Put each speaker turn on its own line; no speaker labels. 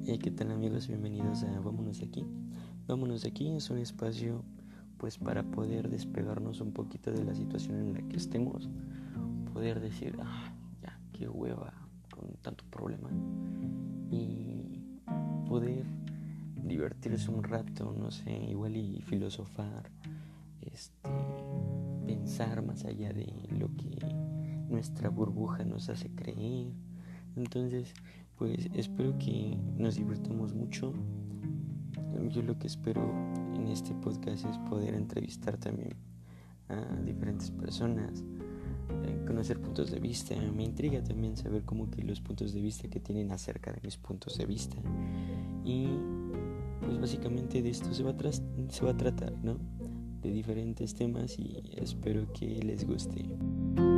¿Qué tal amigos? Bienvenidos a Vámonos de aquí. Vámonos de aquí es un espacio pues para poder despegarnos un poquito de la situación en la que estemos, poder decir, ya, qué hueva con tanto problema y poder divertirse un rato, no sé, igual y filosofar, pensar más allá de lo que nuestra burbuja nos hace creer. Entonces, pues espero que nos divirtamos mucho. Yo lo que espero en este podcast es poder entrevistar también a diferentes personas, conocer puntos de vista. Me intriga también saber cómo que los puntos de vista que tienen acerca de mis puntos de vista. Y pues básicamente de esto se va a tratar, ¿no? De diferentes temas y espero que les guste.